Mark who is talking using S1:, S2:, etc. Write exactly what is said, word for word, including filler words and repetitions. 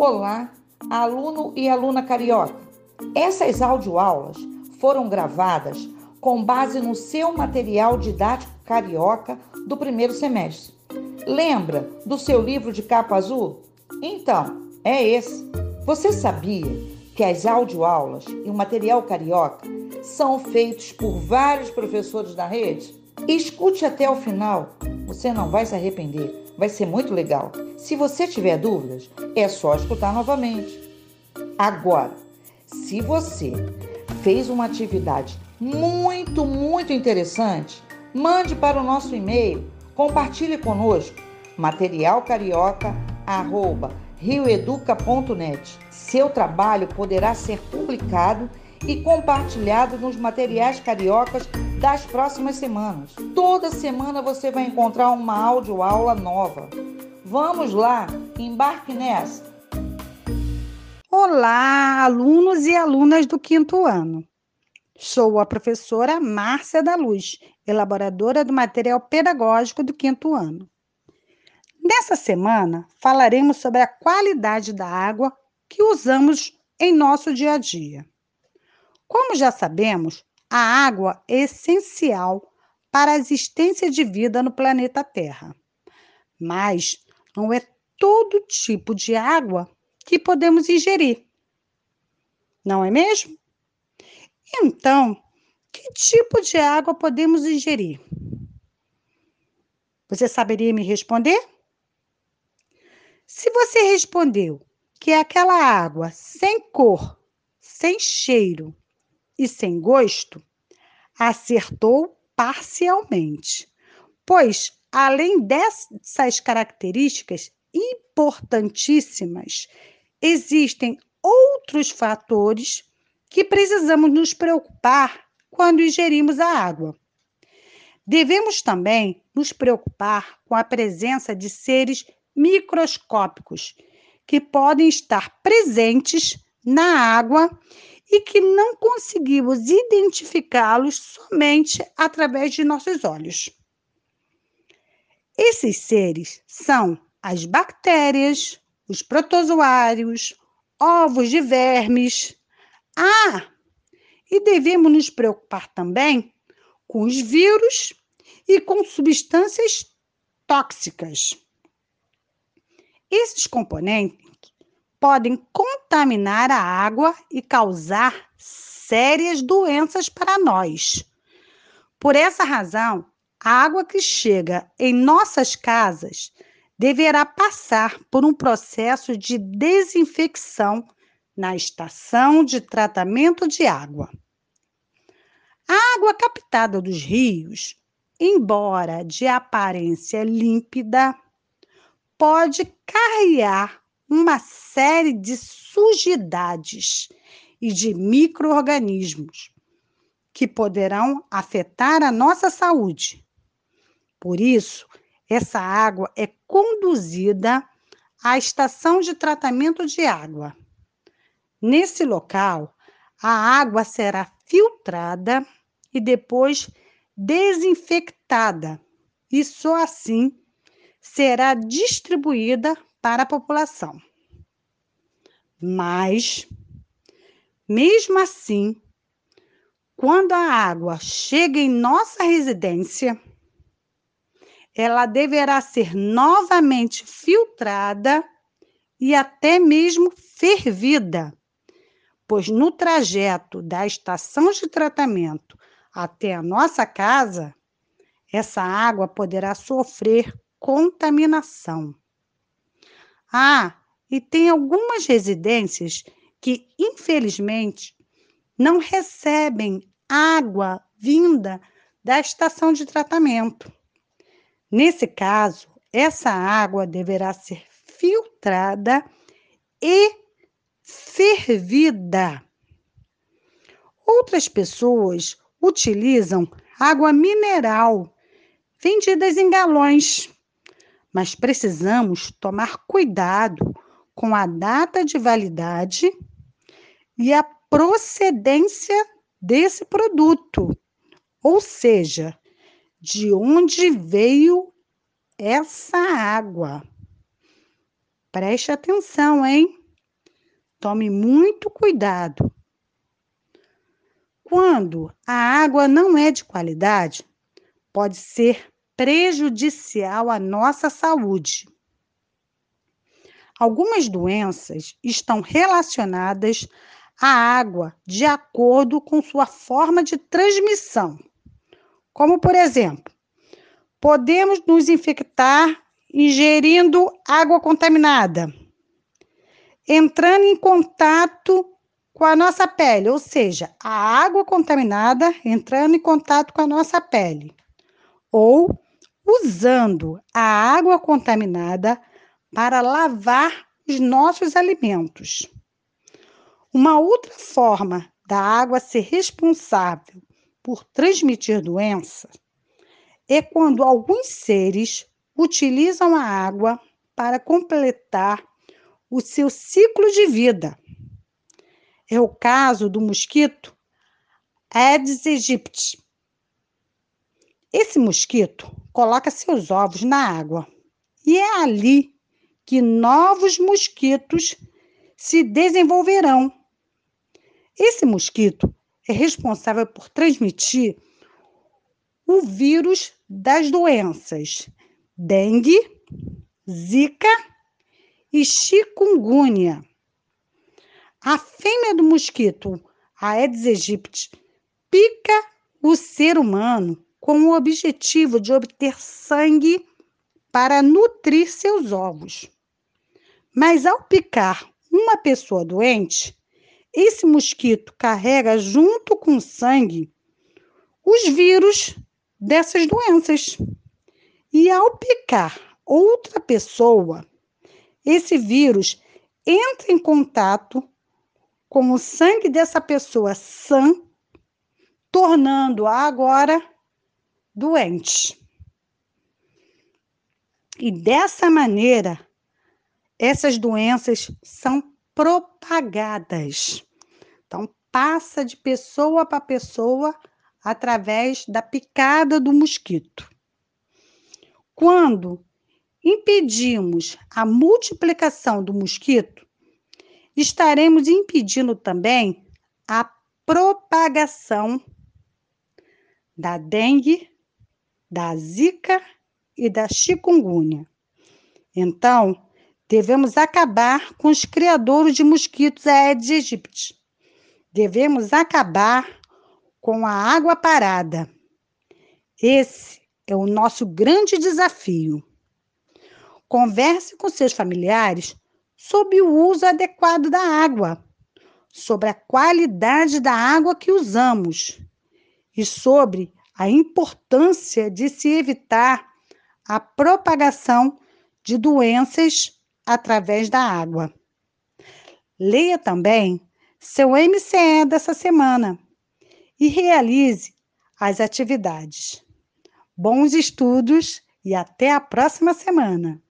S1: Olá, aluno e aluna carioca. Essas audioaulas foram gravadas com base no seu material didático carioca do primeiro semestre. Lembra do seu livro de capa azul? Então, é esse. Você sabia que as audioaulas e o material carioca são feitos por vários professores da rede? Escute até o final, você não vai se arrepender, vai ser muito legal. Se você tiver dúvidas, é só escutar novamente. Agora, se você fez uma atividade muito, muito interessante, mande para o nosso e-mail, compartilhe conosco, materialcarioca arroba rioeduca ponto net. Seu trabalho poderá ser publicado e compartilhado nos materiais cariocas das próximas semanas. Toda semana você vai encontrar uma audioaula nova. Vamos lá, embarque nessa!
S2: Olá, alunos e alunas do quinto ano. Sou a professora Márcia da Luz, elaboradora do material pedagógico do quinto ano. Nessa semana, falaremos sobre a qualidade da água que usamos em nosso dia a dia. Como já sabemos, a água é essencial para a existência de vida no planeta Terra. Mas não é todo tipo de água que podemos ingerir. Não é mesmo? Então, que tipo de água podemos ingerir? Você saberia me responder? Se você respondeu que é aquela água sem cor, sem cheiro e sem gosto, acertou parcialmente, pois, além dessas características importantíssimas, existem outros fatores que precisamos nos preocupar quando ingerimos a água. Devemos também nos preocupar com a presença de seres microscópicos que podem estar presentes na água e que não conseguimos identificá-los somente através de nossos olhos. Esses seres são as bactérias, os protozoários, ovos de vermes. Ah, e devemos nos preocupar também com os vírus e com substâncias tóxicas. Esses componentes podem contaminar a água e causar sérias doenças para nós. Por essa razão, a água que chega em nossas casas deverá passar por um processo de desinfecção na estação de tratamento de água. A água captada dos rios, embora de aparência límpida, pode carregar uma série de sujidades e de micro-organismos que poderão afetar a nossa saúde. Por isso, essa água é conduzida à estação de tratamento de água. Nesse local, a água será filtrada e depois desinfectada, e só assim será distribuída para a população. Mas, mesmo assim, quando a água chega em nossa residência, ela deverá ser novamente filtrada e até mesmo fervida, pois no trajeto da estação de tratamento até a nossa casa, essa água poderá sofrer contaminação. Ah, e tem algumas residências que, infelizmente, não recebem água vinda da estação de tratamento. Nesse caso, essa água deverá ser filtrada e fervida. Outras pessoas utilizam água mineral, vendidas em galões, mas precisamos tomar cuidado com a data de validade e a procedência desse produto, ou seja, de onde veio essa água. Preste atenção, hein? Tome muito cuidado. Quando a água não é de qualidade, pode ser prejudicial à nossa saúde. Algumas doenças estão relacionadas à água de acordo com sua forma de transmissão. Como, por exemplo, podemos nos infectar ingerindo água contaminada, entrando em contato com a nossa pele, ou seja, a água contaminada entrando em contato com a nossa pele, ou usando a água contaminada para lavar os nossos alimentos. Uma outra forma da água ser responsável por transmitir doenças é quando alguns seres utilizam a água para completar o seu ciclo de vida. É o caso do mosquito Aedes aegypti. Esse mosquito coloca seus ovos na água e é ali que novos mosquitos se desenvolverão. Esse mosquito é responsável por transmitir o vírus das doenças dengue, zika e chikungunya. A fêmea do mosquito Aedes aegypti pica o ser humano com o objetivo de obter sangue para nutrir seus ovos. Mas ao picar uma pessoa doente, esse mosquito carrega junto com o sangue os vírus dessas doenças. E ao picar outra pessoa, esse vírus entra em contato com o sangue dessa pessoa sã, tornando-a agora doente. E dessa maneira, essas doenças são propagadas. Então, passa de pessoa para pessoa através da picada do mosquito. Quando impedimos a multiplicação do mosquito, estaremos impedindo também a propagação da dengue, da zika e da chikungunya. Então, devemos acabar com os criadores de mosquitos Aedes aegypti. Devemos acabar com a água parada. Esse é o nosso grande desafio. Converse com seus familiares sobre o uso adequado da água, sobre a qualidade da água que usamos e sobre a importância de se evitar a propagação de doenças através da água. Leia também seu M C E dessa semana e realize as atividades. Bons estudos e até a próxima semana!